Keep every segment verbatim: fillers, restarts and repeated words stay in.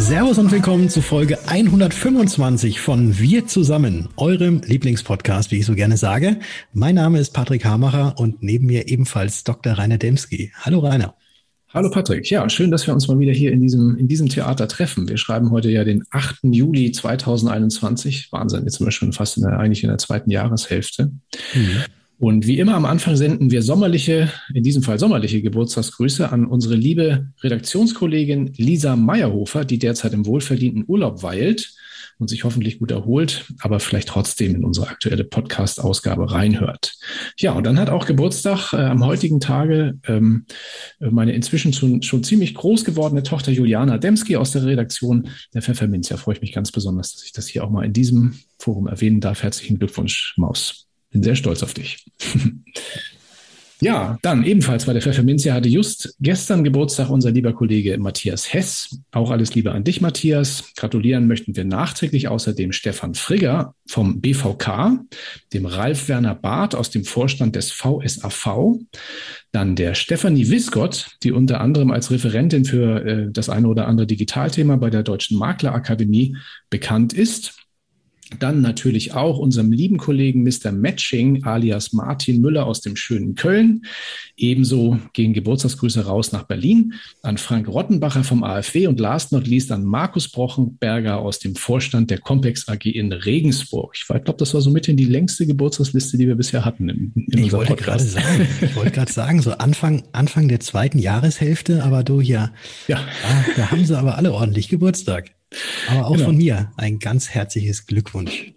Servus und willkommen zu Folge hundertfünfundzwanzig von Wir zusammen, eurem Lieblingspodcast, wie ich so gerne sage. Mein Name ist Patrick Hamacher und neben mir ebenfalls Doktor Rainer Dembski. Hallo Rainer. Hallo Patrick. Ja, schön, dass wir uns mal wieder hier in diesem, in diesem Theater treffen. Wir schreiben heute ja den achten Juli zweitausendeinundzwanzig. Wahnsinn, jetzt sind wir schon fast in der, eigentlich in der zweiten Jahreshälfte. Mhm. Und wie immer am Anfang senden wir sommerliche, in diesem Fall sommerliche Geburtstagsgrüße an unsere liebe Redaktionskollegin Lisa Meyerhofer, die derzeit im wohlverdienten Urlaub weilt und sich hoffentlich gut erholt, aber vielleicht trotzdem in unsere aktuelle Podcast-Ausgabe reinhört. Ja, und dann hat auch Geburtstag äh, am heutigen Tage ähm, meine inzwischen schon, schon ziemlich groß gewordene Tochter Juliana Dembski aus der Redaktion der Pfefferminz. Ja, freue ich mich ganz besonders, dass ich das hier auch mal in diesem Forum erwähnen darf. Herzlichen Glückwunsch, Maus. Bin sehr stolz auf dich. Ja, dann ebenfalls bei der Pfefferminzia hatte just gestern Geburtstag unser lieber Kollege Matthias Hess. Auch alles Liebe an dich, Matthias. Gratulieren möchten wir nachträglich außerdem Stefan Frigger vom B V K, dem Ralf Werner Barth aus dem Vorstand des V S A V, dann der Stefanie Wiskott, die unter anderem als Referentin für äh, das eine oder andere Digitalthema bei der Deutschen Maklerakademie bekannt ist. Dann natürlich auch unserem lieben Kollegen Mister Matching alias Martin Müller aus dem schönen Köln. Ebenso gehen Geburtstagsgrüße raus nach Berlin an Frank Rottenbacher vom A F W und last not least an Markus Brochenberger aus dem Vorstand der Compex A G in Regensburg. Ich glaube, das war so mithin die längste Geburtstagsliste, die wir bisher hatten. In, in ich wollte gerade sagen, ich wollte gerade sagen, so Anfang, Anfang der zweiten Jahreshälfte, aber du hier, ja, da, da haben sie aber alle ordentlich Geburtstag. Aber auch genau. Von mir ein ganz herzliches Glückwunsch.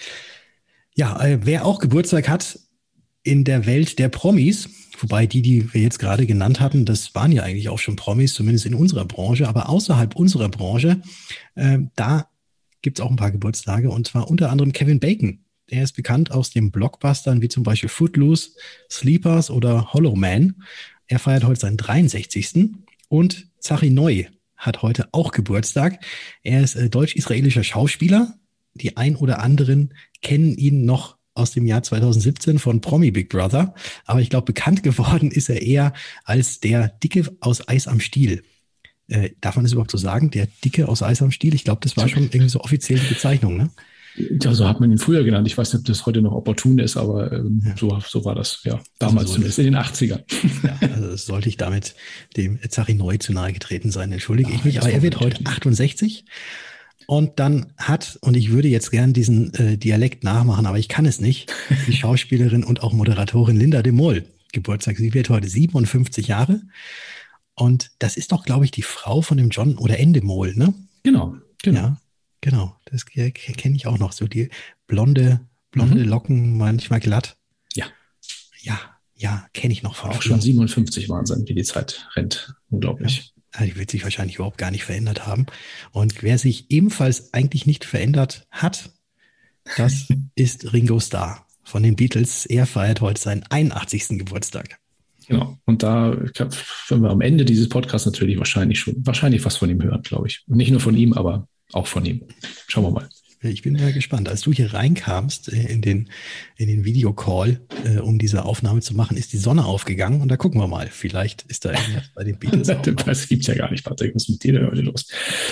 Ja, äh, wer auch Geburtstag hat in der Welt der Promis, wobei die, die wir jetzt gerade genannt hatten, das waren ja eigentlich auch schon Promis, zumindest in unserer Branche, aber außerhalb unserer Branche, äh, da gibt's auch ein paar Geburtstage und zwar unter anderem Kevin Bacon. Er ist bekannt aus den Blockbustern wie zum Beispiel Footloose, Sleepers oder Hollow Man. Er feiert heute seinen dreiundsechzigsten und Zachi Neu hat heute auch Geburtstag. Er ist äh, deutsch-israelischer Schauspieler. Die ein oder anderen kennen ihn noch aus dem Jahr zweitausendsiebzehn von Promi Big Brother. Aber ich glaube, bekannt geworden ist er eher als der Dicke aus Eis am Stiel. Äh, darf man das überhaupt so sagen? Der Dicke aus Eis am Stiel? Ich glaube, das war schon irgendwie so offiziell die Bezeichnung, ne? Ja, so hat man ihn früher genannt. Ich weiß nicht, ob das heute noch opportun ist, aber ähm, ja. so, so war das, ja, damals also so zumindest, in den achtzigern. Ja, also sollte ich damit dem Zachi Neu zu nahe getreten sein, entschuldige ja, ich mich. Aber er wird heute achtundsechzig und dann hat, und ich würde jetzt gern diesen äh, Dialekt nachmachen, aber ich kann es nicht, die Schauspielerin und auch Moderatorin Linda de Mol Geburtstag. Sie wird heute siebenundfünfzig Jahre und das ist doch, glaube ich, die Frau von dem John oder Endemol, ne? Genau, genau. Ja. Genau, das kenne ich auch noch, so die blonde, blonde mhm. Locken, manchmal glatt. Ja. Ja, ja, kenne ich noch von Auch schon siebenundfünfzig, Wahnsinn, wie die Zeit rennt. Unglaublich. Ja, die wird sich wahrscheinlich überhaupt gar nicht verändert haben. Und wer sich ebenfalls eigentlich nicht verändert hat, das ist Ringo Starr von den Beatles. Er feiert heute seinen einundachtzigsten Geburtstag. Genau. Und da können wir am Ende dieses Podcasts natürlich wahrscheinlich schon, wahrscheinlich was von ihm hören, glaube ich. Und nicht nur von ihm, aber auch von ihm. Schauen wir mal. Ich bin mal gespannt. Als du hier reinkamst in den, in den Videocall, äh, um diese Aufnahme zu machen, ist die Sonne aufgegangen und da gucken wir mal. Vielleicht ist da irgendwas bei den Beatles. Das gibt's ja gar nicht, Patrick. Was ist mit dir denn heute los?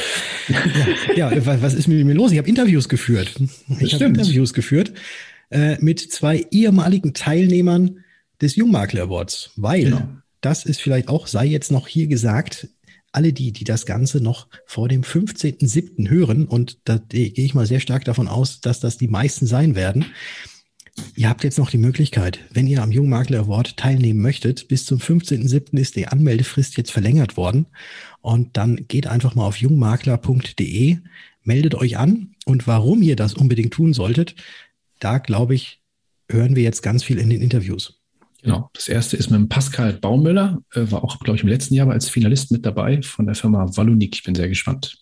Ja, ja, was ist mit mir los? Ich habe Interviews geführt. Ich habe Interviews geführt äh, mit zwei ehemaligen Teilnehmern des Jungmakler Awards, weil genau. Das ist vielleicht auch, sei jetzt noch hier gesagt, alle die, die das Ganze noch vor dem fünfzehnten siebten hören, und da gehe ich mal sehr stark davon aus, dass das die meisten sein werden, ihr habt jetzt noch die Möglichkeit, wenn ihr am Jungmakler Award teilnehmen möchtet, bis zum fünfzehnten siebten ist die Anmeldefrist jetzt verlängert worden und dann geht einfach mal auf jungmakler punkt de, meldet euch an und warum ihr das unbedingt tun solltet, da glaube ich, hören wir jetzt ganz viel in den Interviews. Genau, das erste ist mit dem Pascal Baumüller, äh, war auch, glaube ich, im letzten Jahr als Finalist mit dabei von der Firma Valonique. Ich bin sehr gespannt.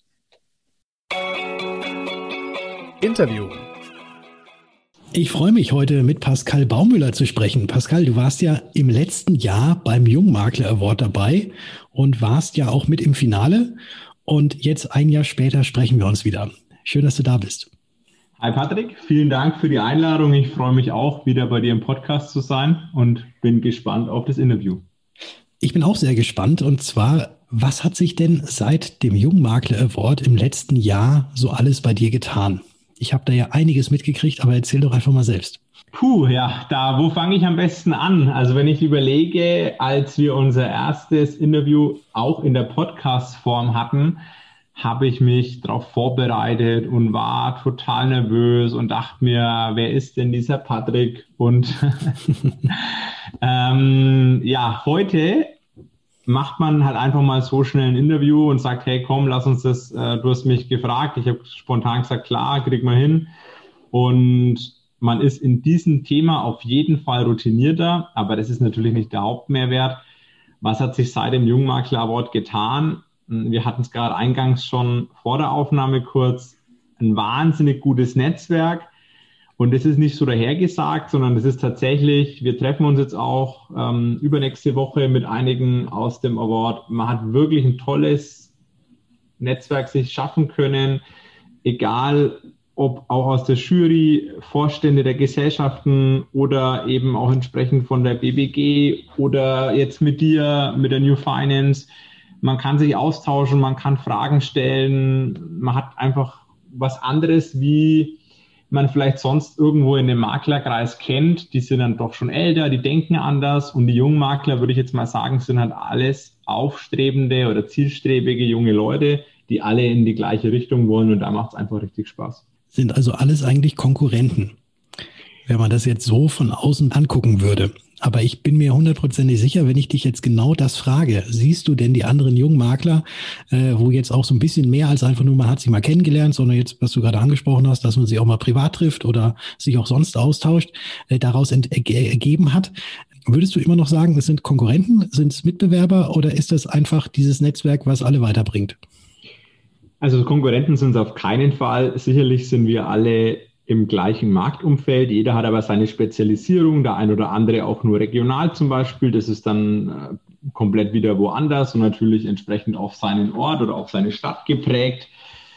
Interview. Ich freue mich, heute mit Pascal Baumüller zu sprechen. Pascal, du warst ja im letzten Jahr beim Jungmakler Award dabei und warst ja auch mit im Finale. Und jetzt ein Jahr später sprechen wir uns wieder. Schön, dass du da bist. Hi Patrick, vielen Dank für die Einladung. Ich freue mich auch, wieder bei dir im Podcast zu sein und bin gespannt auf das Interview. Ich bin auch sehr gespannt und zwar, Was hat sich denn seit dem Jungmakler Award im letzten Jahr so alles bei dir getan? Ich habe da ja einiges mitgekriegt, aber erzähl doch einfach mal selbst. Puh, ja, da, wo fange ich am besten an? Also wenn ich überlege, als wir unser erstes Interview auch in der Podcast-Form hatten, habe ich mich darauf vorbereitet und war total nervös und dachte mir, wer ist denn dieser Patrick? Und ähm, ja, heute macht man halt einfach mal so schnell ein Interview und sagt, hey, komm, lass uns das, äh, du hast mich gefragt. Ich habe spontan gesagt, klar, krieg mal hin. Und man ist in diesem Thema auf jeden Fall routinierter, aber das ist natürlich nicht der Hauptmehrwert. Was hat sich seit dem Jungmakler Award getan? Wir hatten es gerade eingangs schon vor der Aufnahme kurz, ein wahnsinnig gutes Netzwerk. Und das ist nicht so dahergesagt, sondern das ist tatsächlich, wir treffen uns jetzt auch ähm, übernächste Woche mit einigen aus dem Award. Man hat wirklich ein tolles Netzwerk sich schaffen können, egal ob auch aus der Jury, Vorstände der Gesellschaften oder eben auch entsprechend von der B B G oder jetzt mit dir, mit der New Finance. Man kann sich austauschen, man kann Fragen stellen, man hat einfach was anderes, wie man vielleicht sonst irgendwo in dem Maklerkreis kennt. Die sind dann doch schon älter, die denken anders und die jungen Makler, würde ich jetzt mal sagen, sind halt alles aufstrebende oder zielstrebige junge Leute, die alle in die gleiche Richtung wollen und da macht es einfach richtig Spaß. Sind also alles eigentlich Konkurrenten, wenn man das jetzt so von außen angucken würde. Aber ich bin mir hundertprozentig sicher, wenn ich dich jetzt genau das frage, siehst du denn die anderen jungen Makler, äh, wo jetzt auch so ein bisschen mehr als einfach nur, man hat sich mal kennengelernt, sondern jetzt, was du gerade angesprochen hast, dass man sich auch mal privat trifft oder sich auch sonst austauscht, äh, daraus ent- erge- ergeben hat. Würdest du immer noch sagen, es sind Konkurrenten, sind es Mitbewerber oder ist das einfach dieses Netzwerk, was alle weiterbringt? Also Konkurrenten sind es auf keinen Fall. Sicherlich sind wir alle im gleichen Marktumfeld. Jeder hat aber seine Spezialisierung, der ein oder andere auch nur regional zum Beispiel. Das ist dann äh, komplett wieder woanders und natürlich entsprechend auf seinen Ort oder auf seine Stadt geprägt.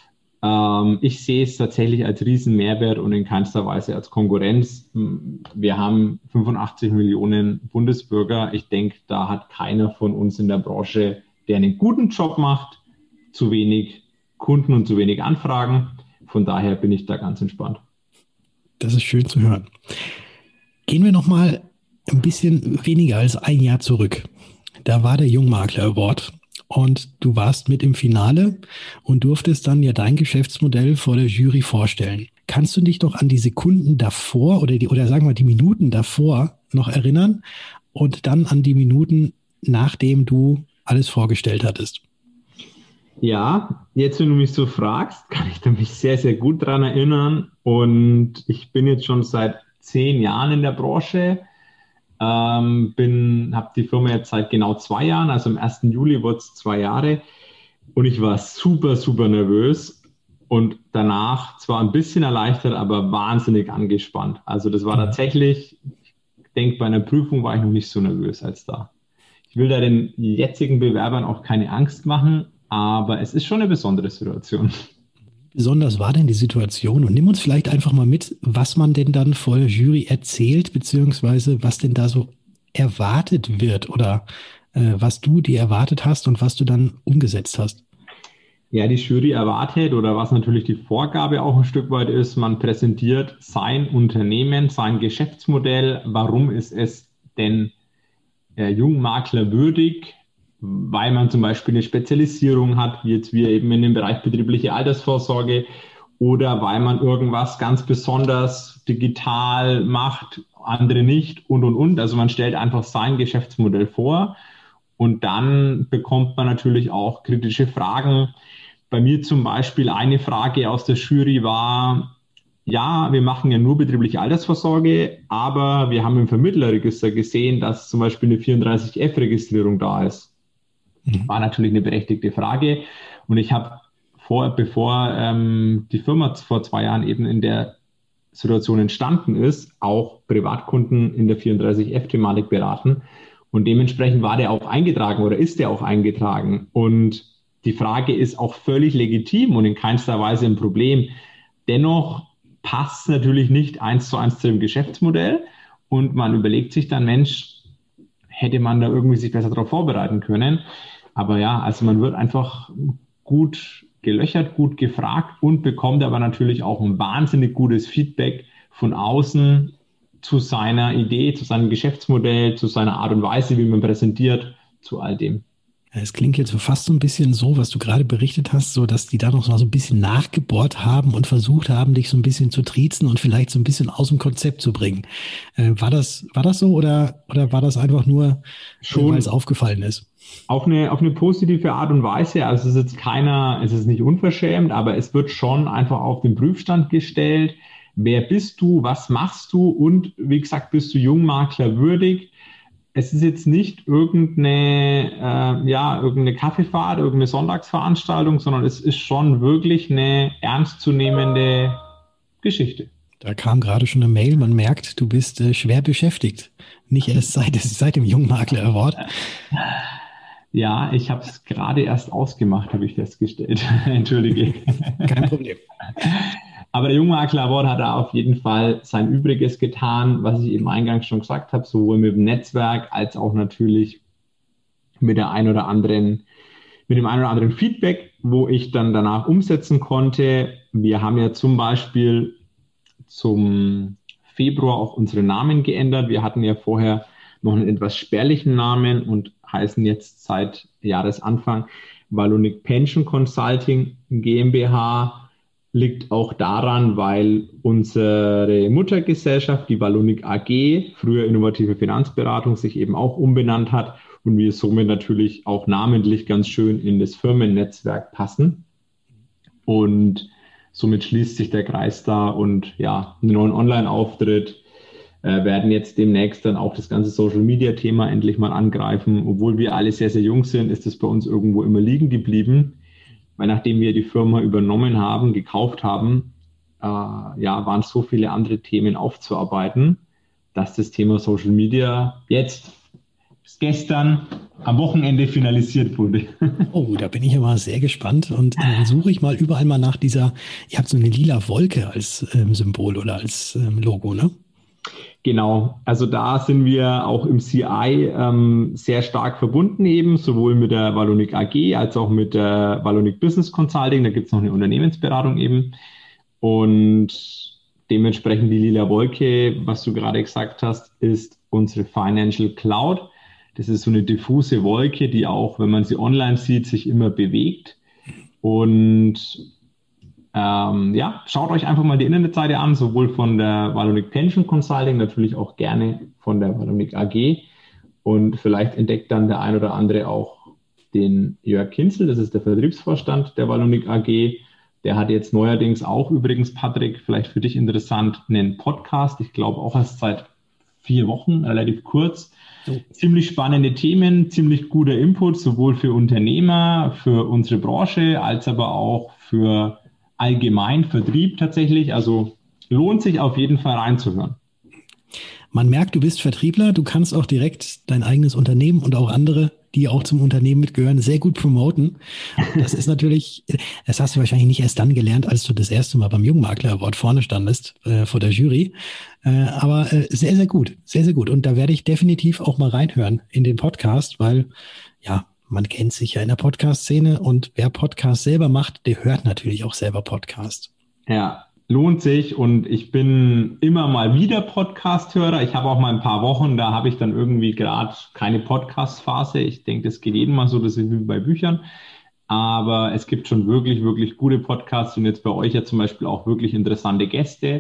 Ähm, ich sehe es tatsächlich als riesen Mehrwert und in keinster Weise als Konkurrenz. Wir haben fünfundachtzig Millionen Bundesbürger. Ich denke, da hat keiner von uns in der Branche, der einen guten Job macht, zu wenig Kunden und zu wenig Anfragen. Von daher bin ich da ganz entspannt. Das ist schön zu hören. Gehen wir noch mal ein bisschen weniger als ein Jahr zurück. Da war der Jungmakler Award und du warst mit im Finale und durftest dann ja dein Geschäftsmodell vor der Jury vorstellen. Kannst du dich doch an die Sekunden davor oder die, oder sagen wir die Minuten davor noch erinnern und dann an die Minuten, nachdem du alles vorgestellt hattest? Ja, jetzt, wenn du mich so fragst, kann ich da mich sehr, sehr gut dran erinnern. Und ich bin jetzt schon seit zehn Jahren in der Branche, ähm, bin, habe die Firma jetzt seit genau zwei Jahren, also am ersten Juli wurde es zwei Jahre. Und ich war super, super nervös und danach zwar ein bisschen erleichtert, aber wahnsinnig angespannt. Also das war tatsächlich, ich denke, bei einer Prüfung war ich noch nicht so nervös als da. Ich will da den jetzigen Bewerbern auch keine Angst machen, aber es ist schon eine besondere Situation. Besonders war denn die Situation? Und nimm uns vielleicht einfach mal mit, was man denn dann vor der Jury erzählt, beziehungsweise was denn da so erwartet wird oder äh, was du dir erwartet hast und was du dann umgesetzt hast. Ja, die Jury erwartet oder was natürlich die Vorgabe auch ein Stück weit ist, man präsentiert sein Unternehmen, sein Geschäftsmodell. Warum ist es denn äh, Jungmakler würdig? Weil man zum Beispiel eine Spezialisierung hat, wie jetzt wir eben in dem Bereich betriebliche Altersvorsorge, oder weil man irgendwas ganz besonders digital macht, andere nicht und, und, und. Also man stellt einfach sein Geschäftsmodell vor und dann bekommt man natürlich auch kritische Fragen. Bei mir zum Beispiel eine Frage aus der Jury war, ja, wir machen ja nur betriebliche Altersvorsorge, aber wir haben im Vermittlerregister gesehen, dass zum Beispiel eine vierunddreißig F Registrierung da ist. War natürlich eine berechtigte Frage. Und ich habe vor, bevor ähm, die Firma vor zwei Jahren eben in der Situation entstanden ist, auch Privatkunden in der vierunddreißig F Thematik beraten. Und dementsprechend war der auch eingetragen oder ist der auch eingetragen. Und die Frage ist auch völlig legitim und in keinster Weise ein Problem. Dennoch passt es natürlich nicht eins zu eins zu dem Geschäftsmodell. Und man überlegt sich dann, Mensch, hätte man da irgendwie sich besser darauf vorbereiten können. aber ja, also man wird einfach gut gelöchert, gut gefragt und bekommt aber natürlich auch ein wahnsinnig gutes Feedback von außen zu seiner Idee, zu seinem Geschäftsmodell, zu seiner Art und Weise, wie man präsentiert, zu all dem. Es klingt jetzt so fast so ein bisschen so, was du gerade berichtet hast, so dass die da noch so ein bisschen nachgebohrt haben und versucht haben, dich so ein bisschen zu triezen und vielleicht so ein bisschen aus dem Konzept zu bringen. Äh, war das, war das so oder, oder war das einfach nur, Schon, weil es aufgefallen ist? Auf eine, auf eine positive Art und Weise. Also es ist jetzt keiner, es ist nicht unverschämt, aber es wird schon einfach auf den Prüfstand gestellt. Wer bist du? Was machst du? Und wie gesagt, bist du Jungmakler würdig? Es ist jetzt nicht irgendeine, äh, ja, irgendeine Kaffeefahrt, irgendeine Sonntagsveranstaltung, sondern es ist schon wirklich eine ernstzunehmende Geschichte. Da kam gerade schon eine Mail, man merkt, du bist äh, schwer beschäftigt. Nicht erst seit, seit dem Jungmakler Award. Ja, ich habe es gerade erst ausgemacht, habe ich festgestellt. Entschuldige. Kein Problem. Aber der Jungmakler Award hat da auf jeden Fall sein Übriges getan, was ich eben eingangs schon gesagt habe, sowohl mit dem Netzwerk als auch natürlich mit der ein oder anderen, mit dem ein oder anderen Feedback, wo ich dann danach umsetzen konnte. Wir haben ja zum Beispiel zum Februar auch unsere Namen geändert. Wir hatten ja vorher noch einen etwas spärlichen Namen und heißen jetzt seit Jahresanfang Valonic Pension Consulting GmbH. Liegt auch daran, weil unsere Muttergesellschaft, die Valonic A G, früher Innovative Finanzberatung, sich eben auch umbenannt hat und wir somit natürlich auch namentlich ganz schön in das Firmennetzwerk passen. Und somit schließt sich der Kreis da und ja, einen neuen Online-Auftritt, äh, werden jetzt demnächst dann auch das ganze Social-Media-Thema endlich mal angreifen. Obwohl wir alle sehr, sehr jung sind, ist das bei uns irgendwo immer liegen geblieben. Weil nachdem wir die Firma übernommen haben, gekauft haben, äh, ja, waren so viele andere Themen aufzuarbeiten, dass das Thema Social Media jetzt bis gestern am Wochenende finalisiert wurde. Oh, da bin ich aber sehr gespannt und dann suche ich mal überall mal nach dieser, ihr habt so eine lila Wolke als ähm, Symbol oder als ähm, Logo, ne? Genau, also da sind wir auch im C I ähm, sehr stark verbunden eben, sowohl mit der Valonic A G als auch mit der Valonic Business Consulting. Da gibt es noch eine Unternehmensberatung eben. Und dementsprechend die lila Wolke, was du gerade gesagt hast, ist unsere Financial Cloud. Das ist so eine diffuse Wolke, die auch, wenn man sie online sieht, sich immer bewegt. Und Ähm, ja, schaut euch einfach mal die Internetseite an, sowohl von der Valonic Pension Consulting, natürlich auch gerne von der Valonic A G. Und vielleicht entdeckt dann der ein oder andere auch den Jörg Kinzel, das ist der Vertriebsvorstand der Valonic A G. Der hat jetzt neuerdings auch übrigens, Patrick, vielleicht für dich interessant, einen Podcast. Ich glaube auch erst seit vier Wochen, relativ kurz. Oh. Ziemlich spannende Themen, ziemlich guter Input, sowohl für Unternehmer, für unsere Branche, als aber auch für allgemein Vertrieb tatsächlich. Also lohnt sich auf jeden Fall reinzuhören. Man merkt, du bist Vertriebler, du kannst auch direkt dein eigenes Unternehmen und auch andere, die auch zum Unternehmen mitgehören, sehr gut promoten. Das ist natürlich, das hast du wahrscheinlich nicht erst dann gelernt, als du das erste Mal beim Jungmakler Award vorne standest, äh, vor der Jury. Äh, aber äh, sehr, sehr gut, sehr, sehr gut. Und da werde ich definitiv auch mal reinhören in den Podcast, weil, ja, man kennt sich ja in der Podcast-Szene und wer Podcast selber macht, der hört natürlich auch selber Podcast. Ja, lohnt sich und ich bin immer mal wieder Podcast-Hörer. Ich habe auch mal ein paar Wochen, da habe ich dann irgendwie gerade keine Podcast-Phase. Ich denke, das geht jedem mal so, das ist wie bei Büchern. Aber es gibt schon wirklich, wirklich gute Podcasts und jetzt bei euch ja zum Beispiel auch wirklich interessante Gäste.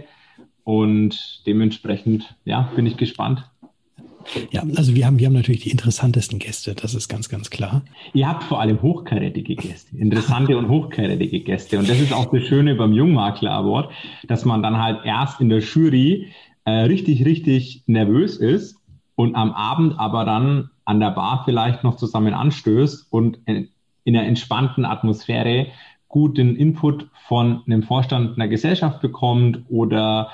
Und dementsprechend, ja, bin ich gespannt. Ja, also wir haben, wir haben natürlich die interessantesten Gäste, das ist ganz, ganz klar. Ihr habt vor allem hochkarätige Gäste, interessante und hochkarätige Gäste. Und das ist auch das Schöne beim Jungmakler Award, dass man dann halt erst in der Jury äh, richtig, richtig nervös ist und am Abend aber dann an der Bar vielleicht noch zusammen anstößt und in, in einer entspannten Atmosphäre guten Input von einem Vorstand einer Gesellschaft bekommt oder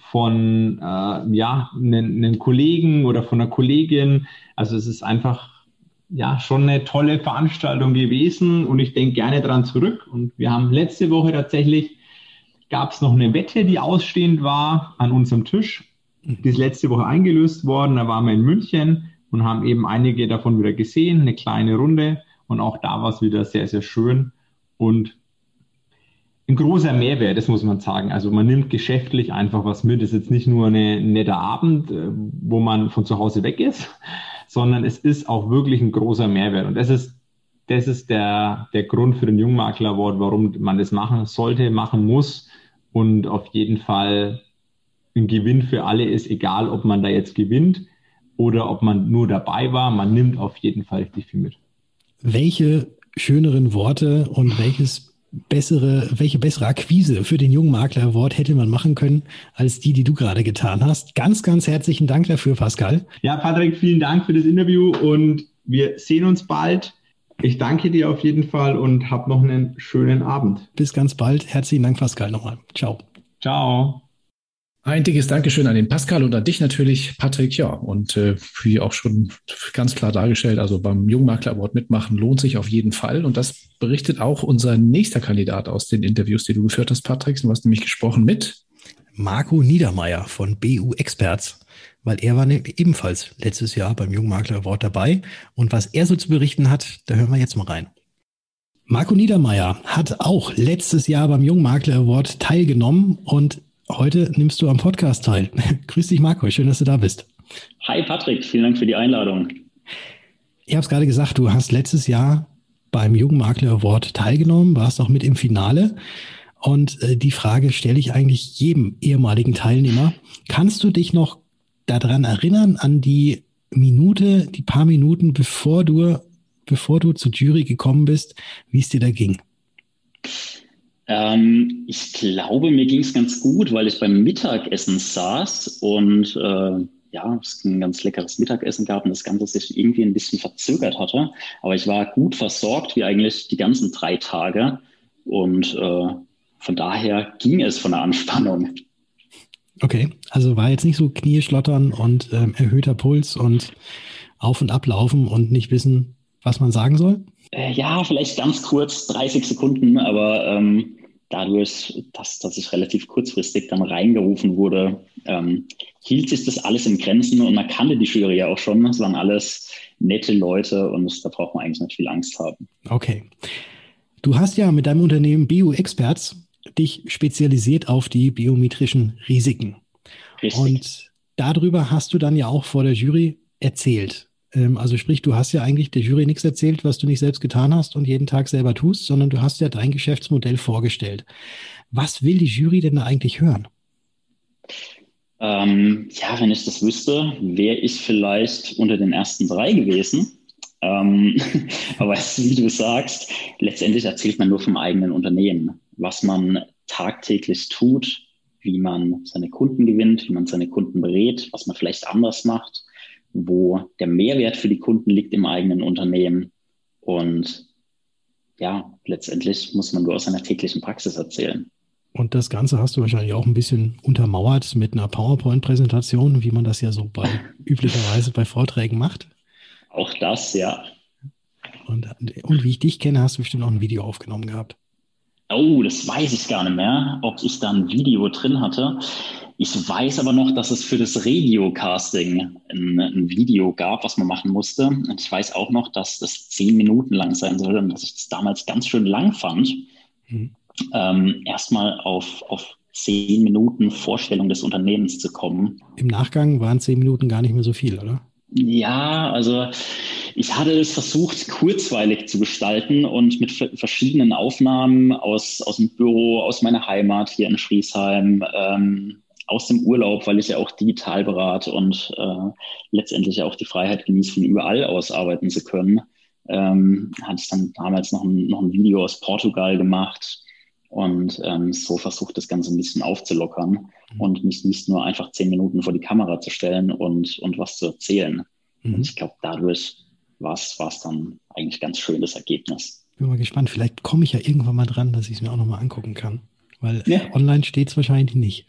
von äh, ja, einem, einem Kollegen oder von einer Kollegin. Also es ist einfach ja schon eine tolle Veranstaltung gewesen und ich denke gerne daran zurück. Und wir haben letzte Woche tatsächlich, gab es noch eine Wette, die ausstehend war an unserem Tisch. Die ist letzte Woche eingelöst worden. Da waren wir in München und haben eben einige davon wieder gesehen, eine kleine Runde. Und auch da war es wieder sehr, sehr schön und ein großer Mehrwert, das muss man sagen. Also man nimmt geschäftlich einfach was mit. Es ist jetzt nicht nur eine, ein netter Abend, wo man von zu Hause weg ist, sondern es ist auch wirklich ein großer Mehrwert. Und das ist, das ist der, der Grund für den Jungmakler Award, warum man das machen sollte, machen muss und auf jeden Fall ein Gewinn für alle ist, egal ob man da jetzt gewinnt oder ob man nur dabei war. Man nimmt auf jeden Fall richtig viel mit. Welche schöneren Worte und welches bessere, welche bessere Akquise für den Jungmakler Award hätte man machen können, als die, die du gerade getan hast. Ganz, ganz herzlichen Dank dafür, Pascal. Ja, Patrick, vielen Dank für das Interview und wir sehen uns bald. Ich danke dir auf jeden Fall und hab noch einen schönen Abend. Bis ganz bald. Herzlichen Dank, Pascal, nochmal. Ciao. Ciao. Ein dickes Dankeschön an den Pascal und an dich natürlich, Patrick. Ja, und äh, wie auch schon ganz klar dargestellt, also beim Jungmakler Award mitmachen lohnt sich auf jeden Fall. Und das berichtet auch unser nächster Kandidat aus den Interviews, die du geführt hast, Patrick. Du hast nämlich gesprochen mit Marco Niedermeyer von B U Experts, weil er war ne, ebenfalls letztes Jahr beim Jungmakler Award dabei. Und was er so zu berichten hat, da hören wir jetzt mal rein. Marco Niedermeyer hat auch letztes Jahr beim Jungmakler Award teilgenommen und heute nimmst du am Podcast teil. Grüß dich, Marco. Schön, dass du da bist. Hi, Patrick. Vielen Dank für die Einladung. Ich habe es gerade gesagt, du hast letztes Jahr beim Jungmakler Award teilgenommen, warst auch mit im Finale. Und äh, die Frage stelle ich eigentlich jedem ehemaligen Teilnehmer. Kannst du dich noch daran erinnern, an die Minute, die paar Minuten, bevor du, bevor du zur Jury gekommen bist, wie es dir da ging? Ähm, ich glaube, mir ging es ganz gut, weil ich beim Mittagessen saß und äh, ja, es ein ganz leckeres Mittagessen gab und das Ganze sich irgendwie ein bisschen verzögert hatte. Aber ich war gut versorgt, wie eigentlich die ganzen drei Tage. Und äh, von daher ging es von der Anspannung. Okay, also war jetzt nicht so Knie schlottern und ähm, erhöhter Puls und auf- und ablaufen und nicht wissen, was man sagen soll? Äh, ja, vielleicht ganz kurz, dreißig Sekunden, aber ähm, dadurch, dass, dass ich relativ kurzfristig dann reingerufen wurde, ähm, hielt sich das alles in Grenzen und man kannte die Jury ja auch schon. Es waren alles nette Leute und da braucht man eigentlich nicht viel Angst haben. Okay. Du hast ja mit deinem Unternehmen B U Experts dich spezialisiert auf die biometrischen Risiken. Richtig. Und darüber hast du dann ja auch vor der Jury erzählt. Also sprich, du hast ja eigentlich der Jury nichts erzählt, was du nicht selbst getan hast und jeden Tag selber tust, sondern du hast ja dein Geschäftsmodell vorgestellt. Was will die Jury denn da eigentlich hören? Ähm, ja, wenn ich das wüsste, wäre ich vielleicht unter den ersten drei gewesen. Ähm, aber wie du sagst, letztendlich erzählt man nur vom eigenen Unternehmen, was man tagtäglich tut, wie man seine Kunden gewinnt, wie man seine Kunden berät, was man vielleicht anders macht, wo der Mehrwert für die Kunden liegt im eigenen Unternehmen. Und ja, letztendlich muss man nur aus seiner täglichen Praxis erzählen. Und das Ganze hast du wahrscheinlich auch ein bisschen untermauert mit einer PowerPoint-Präsentation, wie man das ja so bei üblicherweise bei Vorträgen macht. Auch das, ja. Und, und wie ich dich kenne, hast du bestimmt auch ein Video aufgenommen gehabt. Oh, das weiß ich gar nicht mehr, ob ich da ein Video drin hatte. Ich weiß aber noch, dass es für das Radio-Casting ein, ein Video gab, was man machen musste. Und ich weiß auch noch, dass das zehn Minuten lang sein soll und dass ich das damals ganz schön lang fand. Mhm. Ähm, erstmal auf, auf zehn Minuten Vorstellung des Unternehmens zu kommen. Im Nachgang waren zehn Minuten gar nicht mehr so viel, oder? Ja, also ich hatte es versucht, kurzweilig zu gestalten und mit verschiedenen Aufnahmen aus, aus dem Büro, aus meiner Heimat hier in Schriesheim, ähm, aus dem Urlaub, weil ich ja auch digital berate und äh, letztendlich auch die Freiheit genieße, von überall aus arbeiten zu können. Ähm, hatte ich dann damals noch ein, noch ein Video aus Portugal gemacht und ähm, so versucht, das Ganze ein bisschen aufzulockern mhm. und mich nicht nur einfach zehn Minuten vor die Kamera zu stellen und, und was zu erzählen. Mhm. Und ich glaube, dadurch war es dann eigentlich ganz schönes Ergebnis. Bin mal gespannt, vielleicht komme ich ja irgendwann mal dran, dass ich es mir auch nochmal angucken kann, weil ja. Online steht es wahrscheinlich nicht.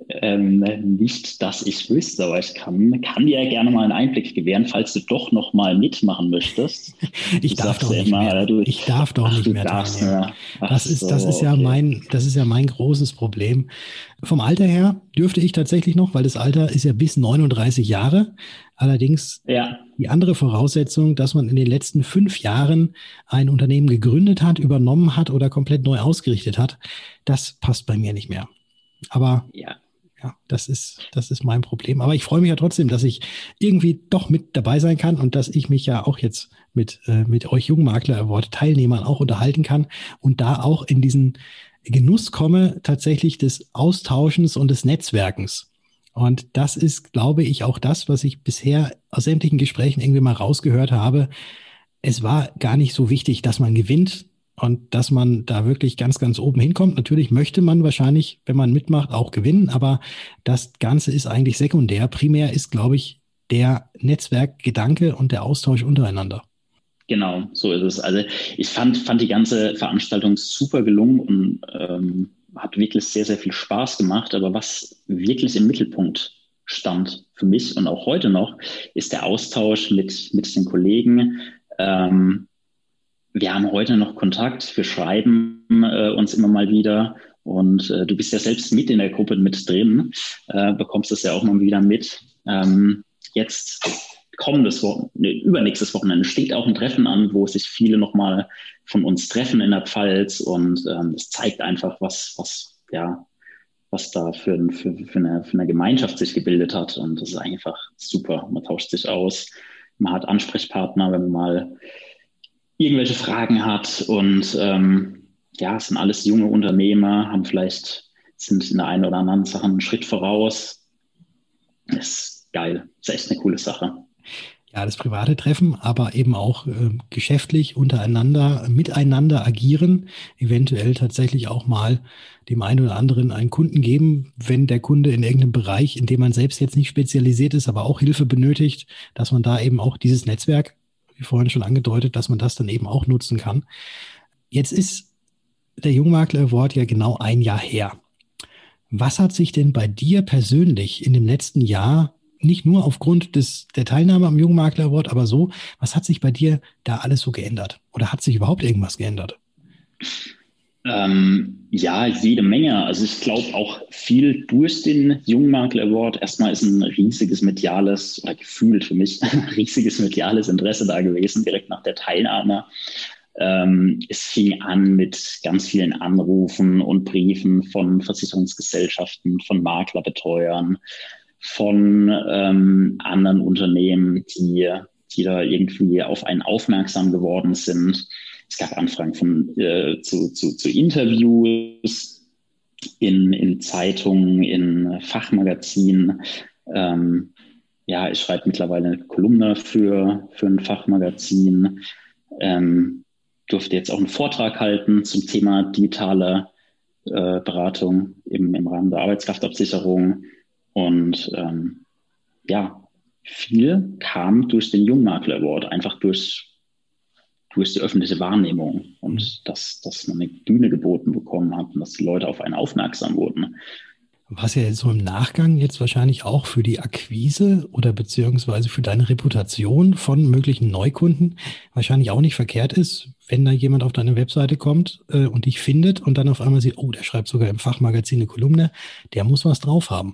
Ähm, nicht, dass ich wüsste, aber ich kann, kann dir ja gerne mal einen Einblick gewähren, falls du doch noch mal mitmachen möchtest. Ich Du darf sagst doch ja nicht immer, mehr. du, Ich darf doch ach, nicht du mehr darfst teilnehmen. mehr. Ach Das ist, so, das ist ja okay. mein, das ist ja mein großes Problem. Vom Alter her dürfte ich tatsächlich noch, weil das Alter ist ja bis neununddreißig Jahre. Allerdings Ja, die andere Voraussetzung, dass man in den letzten fünf Jahren ein Unternehmen gegründet hat, übernommen hat oder komplett neu ausgerichtet hat, das passt bei mir nicht mehr. Aber ja. ja, das ist, das ist mein Problem. Aber ich freue mich ja trotzdem, dass ich irgendwie doch mit dabei sein kann und dass ich mich ja auch jetzt mit, äh, mit euch Jungmakler Award Teilnehmern auch unterhalten kann und da auch in diesen Genuss komme, tatsächlich des Austauschens und des Netzwerkens. Und das ist, glaube ich, auch das, was ich bisher aus sämtlichen Gesprächen irgendwie mal rausgehört habe. Es war gar nicht so wichtig, dass man gewinnt und dass man da wirklich ganz, ganz oben hinkommt. Natürlich möchte man wahrscheinlich, wenn man mitmacht, auch gewinnen, aber das Ganze ist eigentlich sekundär. Primär ist, glaube ich, der Netzwerkgedanke und der Austausch untereinander. Genau, so ist es. Also ich fand, fand die ganze Veranstaltung super gelungen und ähm, hat wirklich sehr, sehr viel Spaß gemacht. Aber was wirklich im Mittelpunkt stand für mich und auch heute noch, ist der Austausch mit, mit den Kollegen. Ähm, wir haben heute noch Kontakt, wir schreiben äh, uns immer mal wieder. Und äh, du bist ja selbst mit in der Gruppe mit drin, äh, bekommst es ja auch mal wieder mit. Ähm, jetzt kommendes Wochenende, übernächstes Wochenende steht auch ein Treffen an, wo sich viele nochmal von uns treffen in der Pfalz und ähm, das zeigt einfach, was, was, ja, was da für, für, für, eine, für eine Gemeinschaft sich gebildet hat und das ist einfach super. Man tauscht sich aus, man hat Ansprechpartner, wenn man mal irgendwelche Fragen hat und ähm, ja, es sind alles junge Unternehmer, haben vielleicht, sind in der einen oder anderen Sache einen Schritt voraus. Das ist geil, das ist echt eine coole Sache. Ja, das private Treffen, aber eben auch äh, geschäftlich untereinander, miteinander agieren, eventuell tatsächlich auch mal dem einen oder anderen einen Kunden geben, wenn der Kunde in irgendeinem Bereich, in dem man selbst jetzt nicht spezialisiert ist, aber auch Hilfe benötigt, dass man da eben auch dieses Netzwerk, wie vorhin schon angedeutet, dass man das dann eben auch nutzen kann. Jetzt ist der Jungmakler Award ja genau ein Jahr her. Was hat sich denn bei dir persönlich in dem letzten Jahr nicht nur aufgrund des, der Teilnahme am Jungmakler Award, aber so, was hat sich bei dir da alles so geändert? Oder hat sich überhaupt irgendwas geändert? Ähm, ja, jede Menge. Also ich glaube auch viel durch den Jungmakler Award. Erstmal ist ein riesiges mediales, oder gefühlt für mich, riesiges mediales Interesse da gewesen, direkt nach der Teilnahme. Ähm, es fing an mit ganz vielen Anrufen und Briefen von Versicherungsgesellschaften, von Maklerbetreuern, von ähm, anderen Unternehmen, die, die da irgendwie auf einen aufmerksam geworden sind. Es gab Anfragen von, äh, zu, zu, zu Interviews in, in Zeitungen, in Fachmagazinen. Ähm, ja, ich schreibe mittlerweile eine Kolumne für, für ein Fachmagazin. Ähm, durfte jetzt auch einen Vortrag halten zum Thema digitale äh, Beratung im, im Rahmen der Arbeitskraftabsicherung. Und ähm, ja, viel kam durch den Jungmakler Award, einfach durch, durch die öffentliche Wahrnehmung und dass, dass man eine Bühne geboten bekommen hat und dass die Leute auf einen aufmerksam wurden. Was ja jetzt so im Nachgang jetzt wahrscheinlich auch für die Akquise oder beziehungsweise für deine Reputation von möglichen Neukunden wahrscheinlich auch nicht verkehrt ist, wenn da jemand auf deine Webseite kommt äh, und dich findet und dann auf einmal sieht, oh, der schreibt sogar im Fachmagazin eine Kolumne, der muss was drauf haben.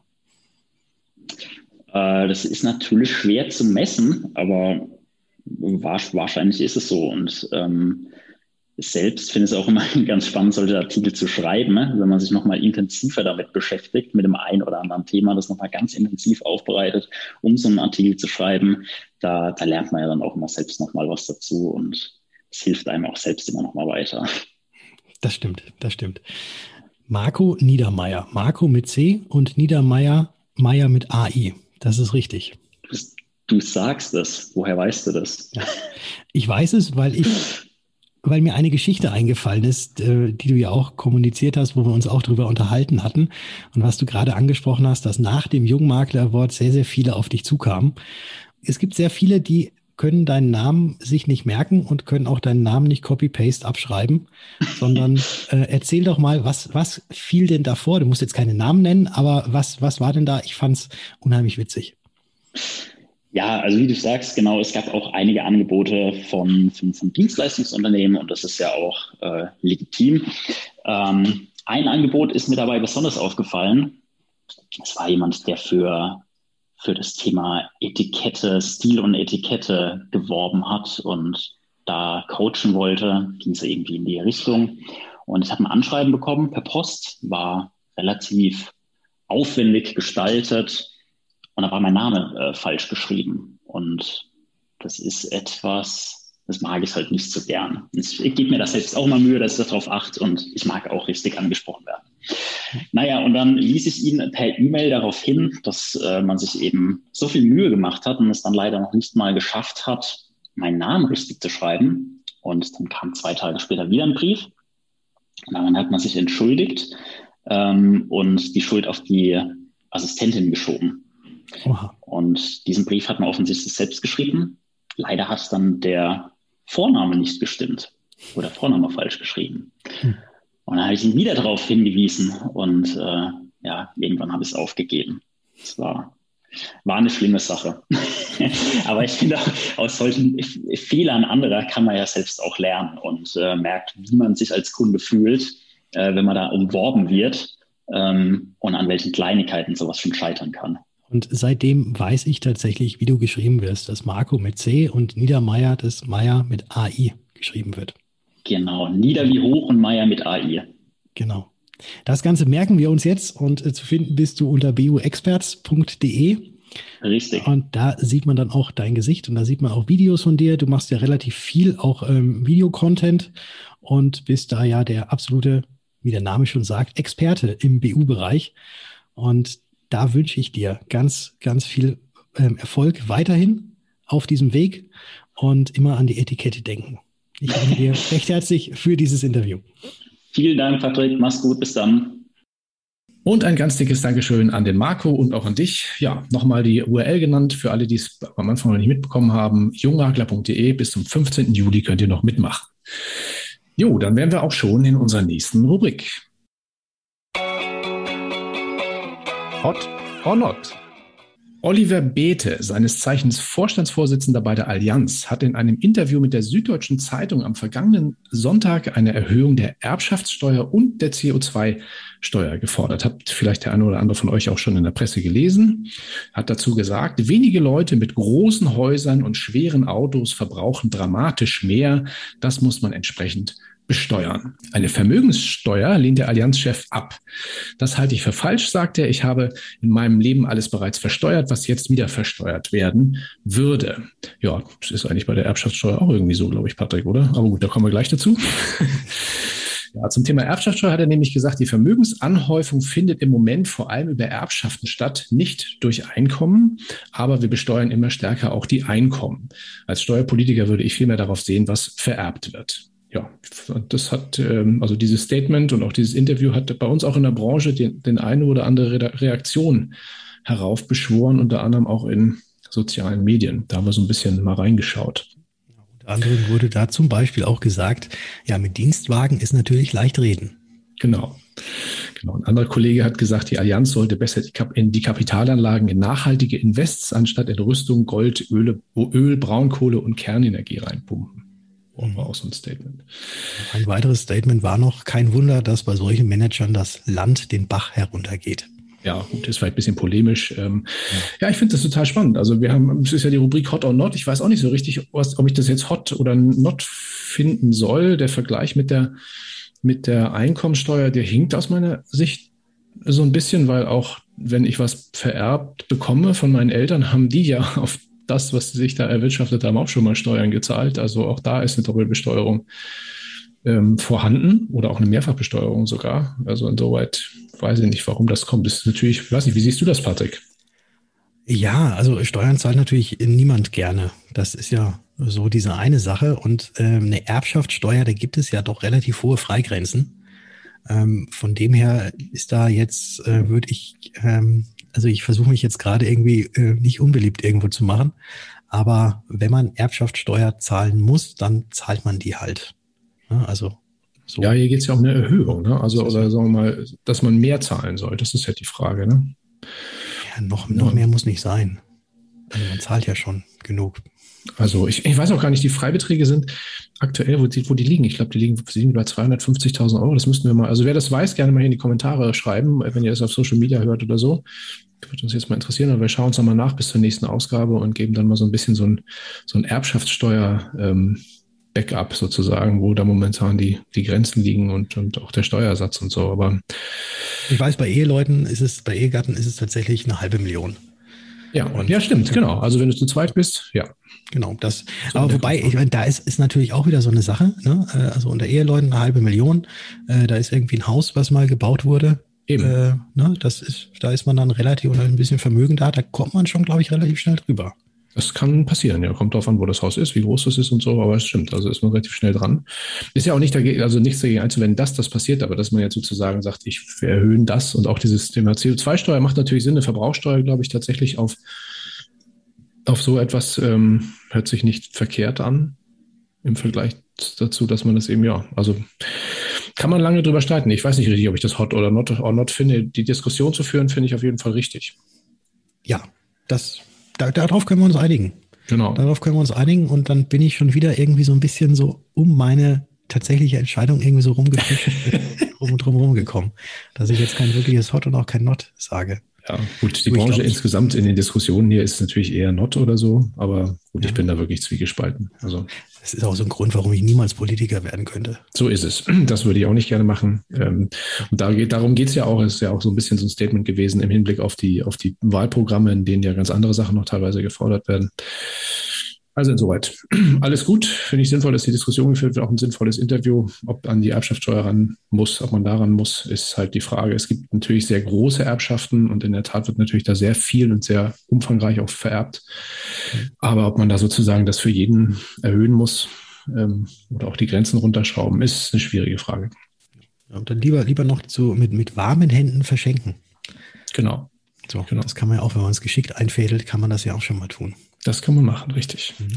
Das ist natürlich schwer zu messen, aber wahrscheinlich ist es so. Und ähm, selbst finde ich es auch immer ganz spannend, solche Artikel zu schreiben, ne? Wenn man sich nochmal intensiver damit beschäftigt, mit dem einen oder anderen Thema, das nochmal ganz intensiv aufbereitet, um so einen Artikel zu schreiben. Da, da lernt man ja dann auch immer selbst nochmal was dazu und es hilft einem auch selbst immer nochmal weiter. Das stimmt, das stimmt. Marco Niedermeier. Marco mit C und Niedermeier, Meier mit A I. Das ist richtig. Du, du sagst es. Woher weißt du das? Ja. Ich weiß es, weil ich, weil mir eine Geschichte eingefallen ist, die du ja auch kommuniziert hast, wo wir uns auch drüber unterhalten hatten. Und was du gerade angesprochen hast, dass nach dem Jungmakler Award sehr, sehr viele auf dich zukamen. Es gibt sehr viele, die können deinen Namen sich nicht merken und können auch deinen Namen nicht Copy-Paste abschreiben, sondern äh, erzähl doch mal, was, was fiel denn da vor? Du musst jetzt keine Namen nennen, aber was, was war denn da? Ich fand's unheimlich witzig. Ja, also wie du sagst, genau, es gab auch einige Angebote von, von, von Dienstleistungsunternehmen und das ist ja auch äh, legitim. Ähm, ein Angebot ist mir dabei besonders aufgefallen. Es war jemand, der für, für das Thema Etikette, Stil und Etikette geworben hat und da coachen wollte, ging es irgendwie in die Richtung. Und ich habe ein Anschreiben bekommen per Post, war relativ aufwendig gestaltet. Und da war mein Name äh, falsch geschrieben. Und das ist etwas, das mag ich halt nicht so gern. Ich, ich gebe mir das selbst auch mal Mühe, dass ich darauf achte und ich mag auch richtig angesprochen werden. Naja, und dann ließ ich ihn per E-Mail darauf hin, dass äh, man sich eben so viel Mühe gemacht hat und es dann leider noch nicht mal geschafft hat, meinen Namen richtig zu schreiben. Und dann kam zwei Tage später wieder ein Brief. Und dann hat man sich entschuldigt ähm, und die Schuld auf die Assistentin geschoben. Oha. Und diesen Brief hat man offensichtlich selbst geschrieben. Leider hat dann der Vorname nicht gestimmt oder Vorname falsch geschrieben. Hm. Und dann habe ich ihn wieder darauf hingewiesen und äh, ja, irgendwann habe ich es aufgegeben. Es war, war eine schlimme Sache. Aber ich finde, aus solchen Fehlern anderer kann man ja selbst auch lernen und äh, merkt, wie man sich als Kunde fühlt, äh, wenn man da umworben wird ähm, und an welchen Kleinigkeiten sowas schon scheitern kann. Und seitdem weiß ich tatsächlich, wie du geschrieben wirst, dass Marco mit C und Niedermeier, dass Meier mit A I geschrieben wird. Genau, Nieder wie hoch und Meier mit A I. Genau. Das Ganze merken wir uns jetzt und äh, zu finden bist du unter b u experts punkt d e. Richtig. Und da sieht man dann auch dein Gesicht und da sieht man auch Videos von dir. Du machst ja relativ viel auch ähm, Videocontent und bist da ja der absolute, wie der Name schon sagt, Experte im B U-Bereich. Und da wünsche ich dir ganz, ganz viel ähm, Erfolg weiterhin auf diesem Weg und immer an die Etikette denken. Ich danke dir recht herzlich für dieses Interview. Vielen Dank, Patrick. Mach's gut. Bis dann. Und ein ganz dickes Dankeschön an den Marco und auch an dich. Ja, nochmal die U R L genannt für alle, die es am Anfang noch nicht mitbekommen haben. jungmakler punkt d e. Bis zum fünfzehnten Juli könnt ihr noch mitmachen. Jo, dann wären wir auch schon in unserer nächsten Rubrik. Hot or not? Oliver Beete, seines Zeichens Vorstandsvorsitzender bei der Allianz, hat in einem Interview mit der Süddeutschen Zeitung am vergangenen Sonntag eine Erhöhung der Erbschaftssteuer und der C O zwei Steuer gefordert. Habt vielleicht der eine oder andere von euch auch schon in der Presse gelesen. Hat dazu gesagt, wenige Leute mit großen Häusern und schweren Autos verbrauchen dramatisch mehr. Das muss man entsprechend besteuern. Eine Vermögenssteuer lehnt der Allianzchef ab. Das halte ich für falsch, sagt er. Ich habe in meinem Leben alles bereits versteuert, was jetzt wieder versteuert werden würde. Ja, das ist eigentlich bei der Erbschaftssteuer auch irgendwie so, glaube ich, Patrick, oder? Aber gut, da kommen wir gleich dazu. Ja, zum Thema Erbschaftssteuer hat er nämlich gesagt, die Vermögensanhäufung findet im Moment vor allem über Erbschaften statt, nicht durch Einkommen, aber wir besteuern immer stärker auch die Einkommen. Als Steuerpolitiker würde ich viel mehr darauf sehen, was vererbt wird. Ja, das hat, also dieses Statement und auch dieses Interview hat bei uns auch in der Branche den, den eine oder andere Reaktion heraufbeschworen, unter anderem auch in sozialen Medien. Da haben wir so ein bisschen mal reingeschaut. Unter anderem wurde da zum Beispiel auch gesagt, ja, mit Dienstwagen ist natürlich leicht reden. Genau. Genau. Ein anderer Kollege hat gesagt, die Allianz sollte besser in die Kapitalanlagen in nachhaltige Invests anstatt in Rüstung, Gold, Öle, Öl, Braunkohle und Kernenergie reinpumpen. Und war auch so ein Statement. Ein weiteres Statement war noch, kein Wunder, dass bei solchen Managern das Land den Bach heruntergeht. Ja, gut, ist vielleicht ein bisschen polemisch. Ähm, ja. ja, ich finde das total spannend. Also wir haben, es ist ja die Rubrik Hot or Not. Ich weiß auch nicht so richtig, was, ob ich das jetzt Hot oder Not finden soll. Der Vergleich mit der, mit der Einkommensteuer, der hinkt aus meiner Sicht so ein bisschen, weil auch wenn ich was vererbt bekomme von meinen Eltern, haben die ja auf das, was sie sich da erwirtschaftet haben, auch schon mal Steuern gezahlt. Also auch da ist eine Doppelbesteuerung ähm, vorhanden oder auch eine Mehrfachbesteuerung sogar. Also insoweit weiß ich nicht, warum das kommt. Das ist natürlich, ich weiß nicht, wie siehst du das, Patrick? Ja, also Steuern zahlt natürlich niemand gerne. Das ist ja so diese eine Sache. Und ähm, eine Erbschaftssteuer, da gibt es ja doch relativ hohe Freigrenzen. Ähm, von dem her ist da jetzt, äh, würde ich... Ähm, Also ich versuche mich jetzt gerade irgendwie äh, nicht unbeliebt irgendwo zu machen, Aber wenn man Erbschaftssteuer zahlen muss, dann zahlt man die halt. Ja, also so. Ja, hier geht es ja um eine Erhöhung, ne? Also, oder sagen wir mal, dass man mehr zahlen soll. Das ist ja die Frage, ne? Ja, noch, noch mehr muss nicht sein. Also man zahlt ja schon genug. Also ich, ich weiß auch gar nicht, die Freibeträge sind aktuell, wo die, wo die liegen. Ich glaube, die liegen, die liegen bei zweihundertfünfzigtausend Euro. Das müssten wir mal, also wer das weiß, gerne mal hier in die Kommentare schreiben, wenn ihr das auf Social Media hört oder so. Würde uns jetzt mal interessieren, aber wir schauen uns nochmal nach bis zur nächsten Ausgabe und geben dann mal so ein bisschen so ein, so ein Erbschaftssteuer-Backup ähm, sozusagen, wo da momentan die, die Grenzen liegen und, und auch der Steuersatz und so. Aber ich weiß, bei Eheleuten ist es, bei Ehegatten ist es tatsächlich eine halbe Million. Ja, und, ja, stimmt, genau. Also wenn du zu zweit bist, ja. Genau, das. So, aber wobei, ich meine, da ist, ist natürlich auch wieder so eine Sache, ne? Also unter Eheleuten eine halbe Million, äh, da ist irgendwie ein Haus, was mal gebaut wurde. Eben. Äh, ne? Das ist, da ist man dann relativ oder ein bisschen Vermögen da, da kommt man schon, glaube ich, relativ schnell drüber. Das kann passieren, ja. Kommt drauf an, wo das Haus ist, wie groß das ist und so, aber es stimmt. Also ist man relativ schnell dran. Ist ja auch nicht dagegen, also nichts dagegen einzuwenden, dass das passiert, aber dass man jetzt sozusagen sagt, ich, wir erhöhen das und auch dieses Thema C O zwei Steuer macht natürlich Sinn, eine Verbrauchssteuer, glaube ich, tatsächlich auf, auf so etwas ähm, hört sich nicht verkehrt an im Vergleich dazu, dass man das eben, ja, also kann man lange drüber streiten. Ich weiß nicht richtig, ob ich das hot oder not, or not finde. Die Diskussion zu führen, finde ich auf jeden Fall richtig. Ja, das Da, darauf können wir uns einigen. Genau. Darauf können wir uns einigen und dann bin ich schon wieder irgendwie so ein bisschen so um meine tatsächliche Entscheidung irgendwie so rumgefischt, rum und drum rumgekommen, dass ich jetzt kein wirkliches Hot und auch kein Not sage. Ja, gut, die Branche glaub, insgesamt in den Diskussionen hier ist natürlich eher Not oder so, aber gut, ja. Ich bin da wirklich zwiegespalten. Also das ist auch so ein Grund, warum ich niemals Politiker werden könnte. So ist es. Das würde ich auch nicht gerne machen. Und da geht, darum geht es ja auch. Es ist ja auch so ein bisschen so ein Statement gewesen im Hinblick auf die, auf die Wahlprogramme, in denen ja ganz andere Sachen noch teilweise gefordert werden. Also insoweit. Alles gut. Finde ich sinnvoll, dass die Diskussion geführt wird. Auch ein sinnvolles Interview. Ob an die Erbschaftssteuer ran muss, ob man daran muss, ist halt die Frage. Es gibt natürlich sehr große Erbschaften und in der Tat wird natürlich da sehr viel und sehr umfangreich auch vererbt. Aber ob man da sozusagen das für jeden erhöhen muss ähm, oder auch die Grenzen runterschrauben, ist eine schwierige Frage. Und dann lieber, lieber noch so mit, mit warmen Händen verschenken. Genau. So, genau. Das kann man ja auch, wenn man es geschickt einfädelt, kann man das ja auch schon mal tun. Das kann man machen, richtig. Mhm.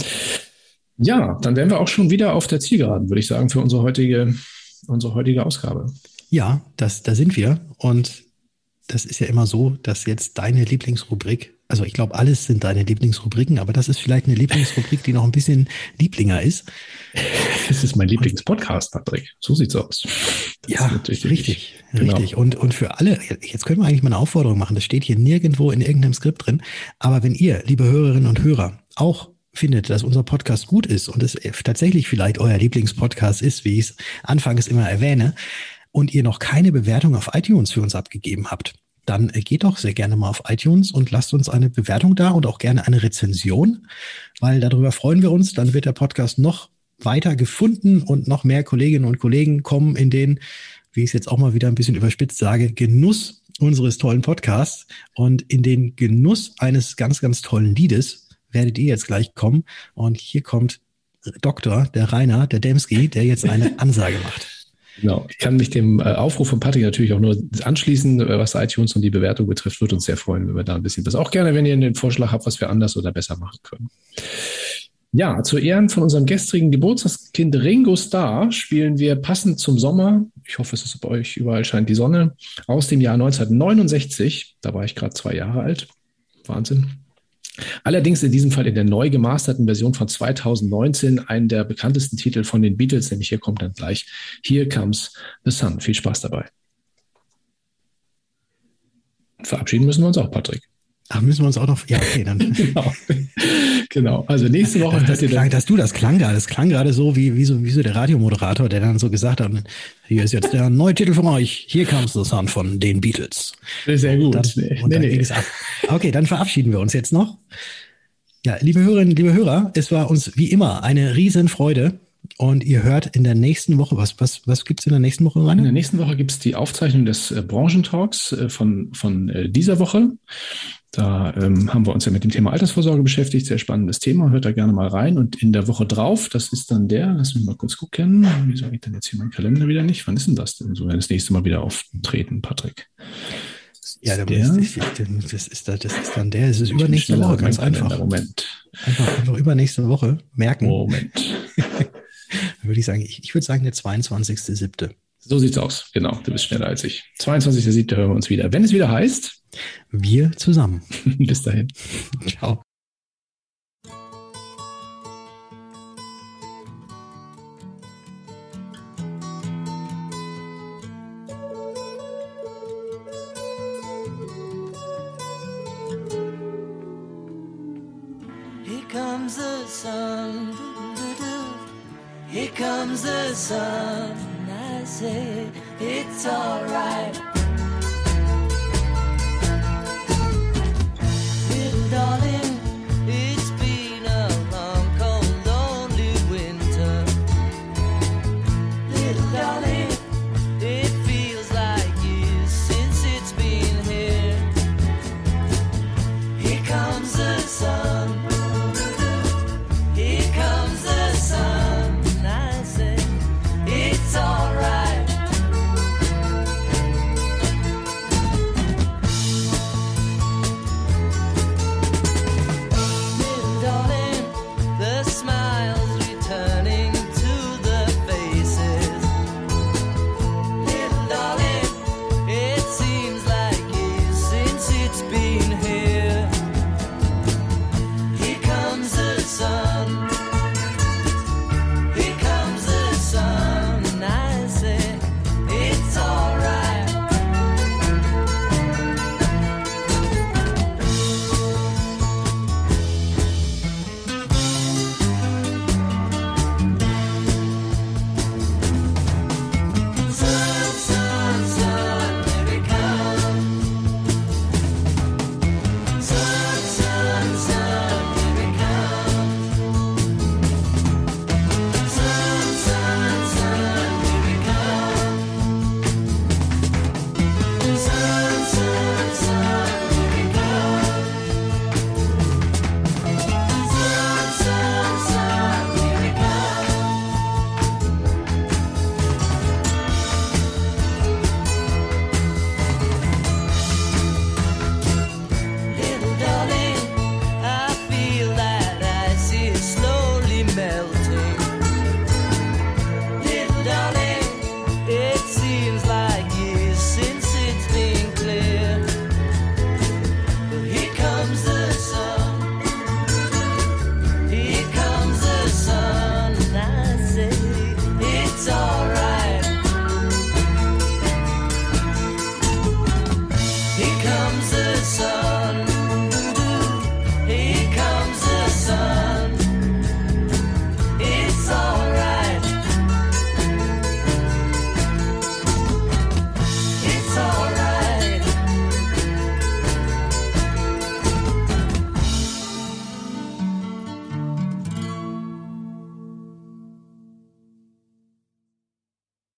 Ja, dann wären wir auch schon wieder auf der Zielgeraden, würde ich sagen, für unsere heutige, unsere heutige Ausgabe. Ja, das, da sind wir. Und das ist ja immer so, dass jetzt deine Lieblingsrubrik, also ich glaube, alles sind deine Lieblingsrubriken, aber das ist vielleicht eine Lieblingsrubrik, die noch ein bisschen Lieblinger ist. Das ist mein Lieblingspodcast, Patrick. So sieht's aus. Das ja, richtig, richtig. Genau. Und, und für alle, jetzt können wir eigentlich mal eine Aufforderung machen, das steht hier nirgendwo in irgendeinem Skript drin, aber wenn ihr, liebe Hörerinnen und Hörer, auch findet, dass unser Podcast gut ist und es tatsächlich vielleicht euer Lieblingspodcast ist, wie ich es anfangs immer erwähne, und ihr noch keine Bewertung auf iTunes für uns abgegeben habt, dann geht doch sehr gerne mal auf iTunes und lasst uns eine Bewertung da und auch gerne eine Rezension, weil darüber freuen wir uns. Dann wird der Podcast noch weiter gefunden und noch mehr Kolleginnen und Kollegen kommen in den, wie ich es jetzt auch mal wieder ein bisschen überspitzt sage, Genuss unseres tollen Podcasts. Und in den Genuss eines ganz, ganz tollen Liedes werdet ihr jetzt gleich kommen. Und hier kommt Doktor, der Rainer, der Demski, der jetzt eine Ansage macht. Genau. Ich kann mich dem Aufruf von Patrick natürlich auch nur anschließen, was iTunes und die Bewertung betrifft. Würde uns sehr freuen, wenn wir da ein bisschen besser. Auch gerne, wenn ihr einen Vorschlag habt, was wir anders oder besser machen können. Ja, zu Ehren von unserem gestrigen Geburtstagskind Ringo Starr spielen wir passend zum Sommer, ich hoffe, es ist bei euch überall scheint die Sonne, aus dem Jahr neunzehnhundertneunundsechzig. Da war ich gerade zwei Jahre alt. Wahnsinn. Allerdings in diesem Fall in der neu gemasterten Version von zweitausendneunzehn, einen der bekanntesten Titel von den Beatles, nämlich hier kommt dann gleich Here Comes the Sun. Viel Spaß dabei. Verabschieden müssen wir uns auch, Patrick. Ach, müssen wir uns auch noch, ja, okay, dann. genau. genau, also nächste Woche. Das, das, klang, dass du, das klang gerade, das klang gerade so wie, wie, so, wie so der Radiomoderator, der dann so gesagt hat, hier ist jetzt der neue Titel von euch, Here Comes the Sun von den Beatles. Sehr gut. Und dann, nee, und dann nee, ging nee. es ab. Okay, dann verabschieden wir uns jetzt noch. Ja, liebe Hörerinnen, liebe Hörer, es war uns wie immer eine Riesenfreude. Und ihr hört in der nächsten Woche, was, was, was gibt es in der nächsten Woche, Rainer? In der nächsten Woche gibt es die Aufzeichnung des äh, Branchentalks äh, von, von äh, dieser Woche. Da ähm, haben wir uns ja mit dem Thema Altersvorsorge beschäftigt. Sehr spannendes Thema. Hört da gerne mal rein. Und in der Woche drauf, das ist dann der, lass mich mal kurz gucken. Wieso geht denn jetzt hier mein Kalender wieder nicht? Wann ist denn das denn? So, wenn das nächste Mal wieder auftreten, Patrick. Ja, der, das, ist, das, ist, das ist dann der. Es ist übernächste Woche, ganz einfach. Moment. Einfach, einfach übernächste Woche merken. Moment. Dann würde ich sagen, ich, ich würde sagen, der zweiundzwanzigster siebte So sieht's aus. Genau, du bist schneller als ich. zweiundzwanzigster siebte hören wir uns wieder. Wenn es wieder heißt, wir zusammen. Bis dahin. Ciao. Comes the sun, here comes the sun, I say it's alright.